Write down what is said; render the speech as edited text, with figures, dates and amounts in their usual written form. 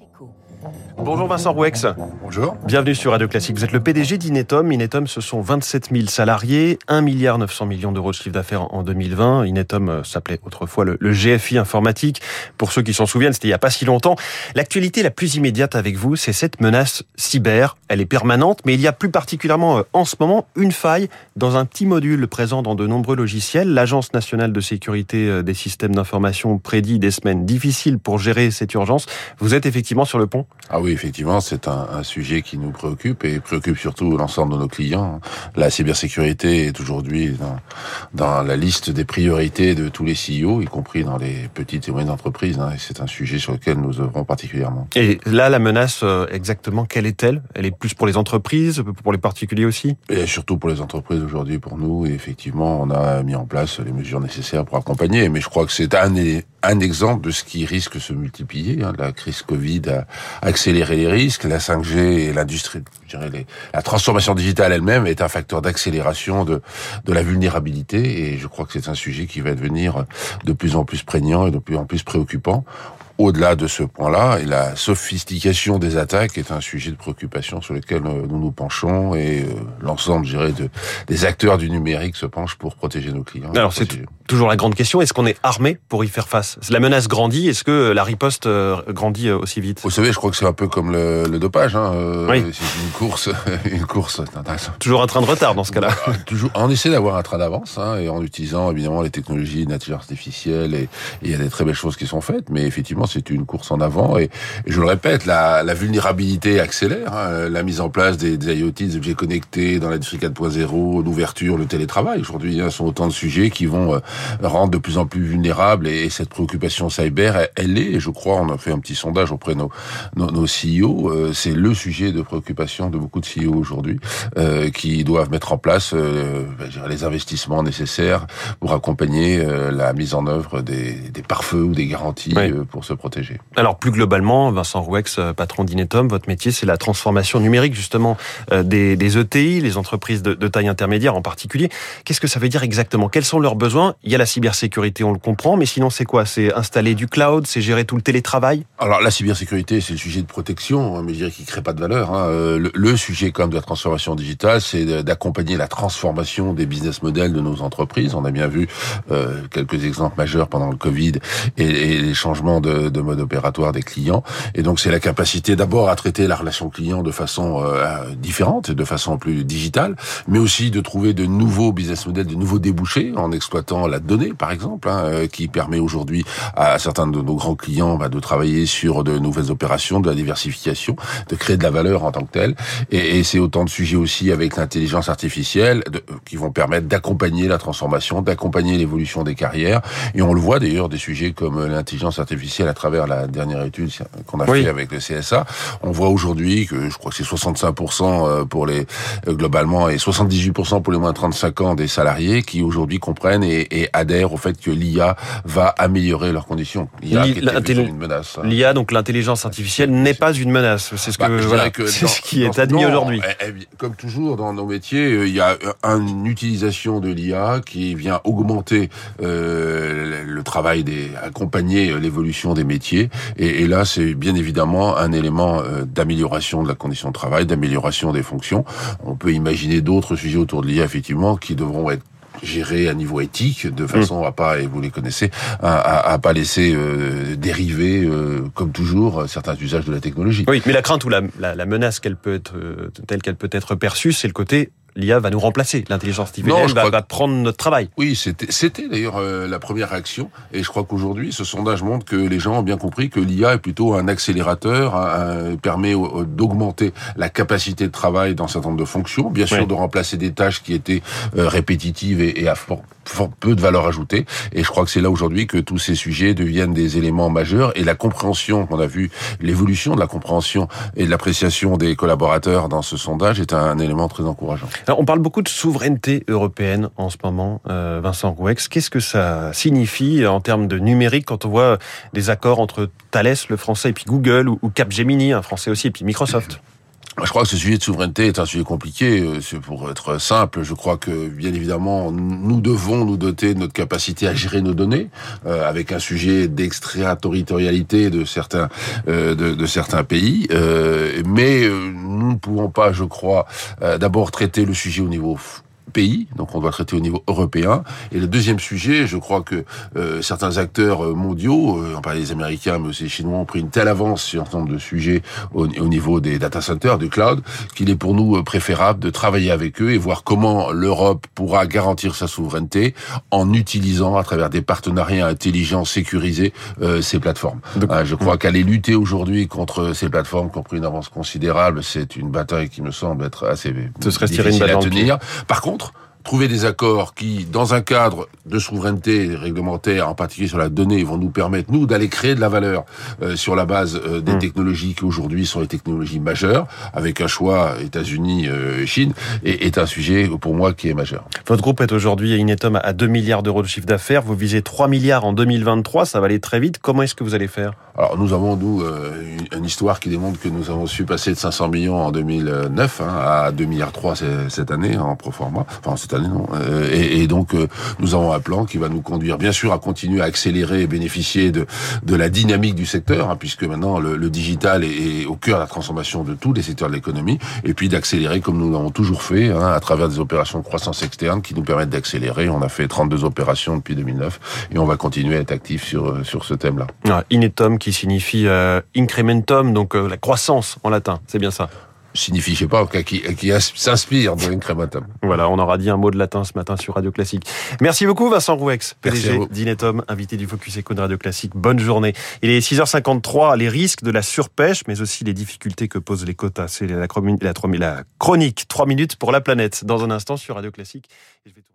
Bonjour Vincent Rouex. Bonjour. Bienvenue sur Radio Classique. Vous êtes le PDG d'Inetom. Inetom, ce sont 27 000 salariés, 1,9 milliard d'euros de chiffre d'affaires en 2020. Inetom s'appelait autrefois le GFI informatique. Pour ceux qui s'en souviennent, c'était il n'y a pas si longtemps. L'actualité la plus immédiate avec vous, c'est cette menace cyber. Elle est permanente, mais il y a plus particulièrement en ce moment une faille dans un petit module présent dans de nombreux logiciels. L'Agence nationale de sécurité des systèmes d'information prédit des semaines difficiles pour gérer cette urgence. Vous êtes effectivement sur le pont ? Ah oui, effectivement, c'est un sujet qui nous préoccupe et préoccupe surtout l'ensemble de nos clients. La cybersécurité est aujourd'hui dans la liste des priorités de tous les CEO, y compris dans les petites et moyennes entreprises. Et c'est un sujet sur lequel nous œuvrons particulièrement. Et là, la menace, exactement, quelle est-elle ? Elle est plus pour les entreprises, pour les particuliers aussi ? Et surtout pour les entreprises aujourd'hui, pour nous. Et effectivement, on a mis en place les mesures nécessaires pour accompagner. Mais je crois que c'est un exemple de ce qui risque de se multiplier. La crise Covid a accéléré les risques. La 5G et l'industrie, je dirais, la transformation digitale elle-même est un facteur d'accélération de la vulnérabilité. Et je crois que c'est un sujet qui va devenir de plus en plus prégnant et de plus en plus préoccupant. Au-delà de ce point-là, et la sophistication des attaques est un sujet de préoccupation sur lequel nous nous penchons et l'ensemble, je dirais, des acteurs du numérique se penchent pour protéger nos clients. Alors c'est toujours la grande question, est-ce qu'on est armé pour y faire face ? La menace grandit, est-ce que la riposte grandit aussi vite ? Vous savez, je crois que c'est un peu comme le dopage. Oui. C'est une course. Toujours un train de retard dans ce cas-là. Toujours. On essaie d'avoir un train d'avance, et en utilisant évidemment les technologies d'intelligence artificielle et il y a des très belles choses qui sont faites, mais effectivement c'est une course en avant et je le répète, la vulnérabilité accélère, la mise en place des IoT, des objets connectés dans l'industrie 4.0, l'ouverture, le télétravail aujourd'hui sont autant de sujets qui vont rendre de plus en plus vulnérables et cette préoccupation cyber, elle est, et je crois, on a fait un petit sondage auprès de nos CEO, c'est le sujet de préoccupation de beaucoup de CEO aujourd'hui qui doivent mettre en place les investissements nécessaires pour accompagner la mise en œuvre des pare-feux ou des garanties pour se protéger. Alors plus globalement, Vincent Rouex, patron d'Inetom, votre métier c'est la transformation numérique justement des ETI, les entreprises de taille intermédiaire en particulier. Qu'est-ce que ça veut dire exactement ? Quels sont leurs besoins ? Il y a la cybersécurité, on le comprend, mais sinon c'est quoi ? C'est installer du cloud, c'est gérer tout le télétravail ? Alors la cybersécurité c'est le sujet de protection, mais je dirais qu'il ne crée pas de valeur. Le sujet quand même de la transformation digitale, c'est d'accompagner la transformation des business models de nos entreprises. On a bien vu quelques exemples majeurs pendant le Covid et les changements de mode opératoire des clients. Et donc, c'est la capacité d'abord à traiter la relation client de façon différente, de façon plus digitale, mais aussi de trouver de nouveaux business models, de nouveaux débouchés en exploitant la donnée, par exemple, qui permet aujourd'hui à certains de nos grands clients de travailler sur de nouvelles opérations, de la diversification, de créer de la valeur en tant que telle. Et c'est autant de sujets aussi avec l'intelligence artificielle qui vont permettre d'accompagner la transformation, d'accompagner l'évolution des carrières. Et on le voit d'ailleurs, des sujets comme l'intelligence artificielle à travers la dernière étude qu'on a fait avec le CSA. On voit aujourd'hui que je crois que c'est 65% pour les globalement et 78% pour les moins de 35 ans des salariés qui aujourd'hui comprennent et adhèrent au fait que l'IA va améliorer leurs conditions. L'IA qui était une menace. L'IA, donc l'intelligence artificielle, n'est pas une menace. C'est ce que c'est ce qui est admis aujourd'hui. Comme toujours dans nos métiers, il y a une utilisation de l'IA qui vient augmenter le travail accompagner l'évolution des métiers. Et là, c'est bien évidemment un élément d'amélioration de la condition de travail, d'amélioration des fonctions. On peut imaginer d'autres sujets autour de l'IA, effectivement, qui devront être gérés à niveau éthique, de façon à pas, et vous les connaissez, à pas laisser dériver, comme toujours, certains usages de la technologie. Oui, mais la crainte ou la menace telle qu'elle peut être perçue, c'est le côté l'IA va nous remplacer, l'intelligence artificielle va prendre notre travail. Oui, c'était d'ailleurs la première réaction, et je crois qu'aujourd'hui, ce sondage montre que les gens ont bien compris que l'IA est plutôt un accélérateur, permet d'augmenter la capacité de travail dans un certain nombre de fonctions, bien sûr de remplacer des tâches qui étaient répétitives et à fort peu de valeur ajoutée, et je crois que c'est là aujourd'hui que tous ces sujets deviennent des éléments majeurs, et la compréhension, qu'on a vu, l'évolution de la compréhension et de l'appréciation des collaborateurs dans ce sondage est un élément très encourageant. Alors, on parle beaucoup de souveraineté européenne en ce moment, Vincent Rouex. Qu'est-ce que ça signifie en termes de numérique quand on voit des accords entre Thales, le français, et puis Google, ou Capgemini, un français aussi, et puis Microsoft ? Je crois que ce sujet de souveraineté est un sujet compliqué. Pour être simple, je crois que, bien évidemment, nous devons nous doter de notre capacité à gérer nos données, avec un sujet d'extraterritorialité de certains pays. Mais nous ne pouvons pas, je crois, d'abord traiter le sujet au niveau pays, donc on doit traiter au niveau européen. Et le deuxième sujet, je crois que certains acteurs mondiaux, on parlait des Américains, mais aussi les Chinois, ont pris une telle avance sur un certain nombre de sujets au niveau des data centers, du cloud, qu'il est pour nous préférable de travailler avec eux et voir comment l'Europe pourra garantir sa souveraineté en utilisant, à travers des partenariats intelligents, sécurisés, ces plateformes. Je crois qu'aller lutter aujourd'hui contre ces plateformes qui ont pris une avance considérable, c'est une bataille qui me semble être assez difficile à tenir. Par contre, trouver des accords qui, dans un cadre de souveraineté réglementaire, en particulier sur la donnée, vont nous permettre, nous, d'aller créer de la valeur sur la base des technologies qui, aujourd'hui, sont les technologies majeures, avec un choix États-Unis, Chine, est un sujet, pour moi, qui est majeur. Votre groupe est aujourd'hui à Inetom à 2 milliards d'euros de chiffre d'affaires. Vous visez 3 milliards en 2023. Ça va aller très vite. Comment est-ce que vous allez faire? Alors, nous avons, une histoire qui démontre que nous avons su passer de 500 millions en 2009 à 2 milliards 3 cette année, en pro forma. Enfin, cette année, non. Et donc, nous avons un plan qui va nous conduire, bien sûr, à continuer à accélérer et bénéficier de la dynamique du secteur, puisque maintenant, le digital est au cœur de la transformation de tous les secteurs de l'économie, et puis d'accélérer, comme nous l'avons toujours fait, à travers des opérations de croissance externe qui nous permettent d'accélérer. On a fait 32 opérations depuis 2009, et on va continuer à être actifs sur ce thème-là. Inetom, qui signifie incrementum, donc la croissance en latin, c'est bien ça? Signifie, je sais pas, qui s'inspire de incrementum. Voilà, on aura dit un mot de latin ce matin sur Radio Classique. Merci beaucoup Vincent Rouex, PDG d'Inetom, invité du Focus Eco de Radio Classique. Bonne journée. Il est 6h53, les risques de la surpêche, mais aussi les difficultés que posent les quotas. C'est la chronique 3 minutes pour la planète, dans un instant sur Radio Classique.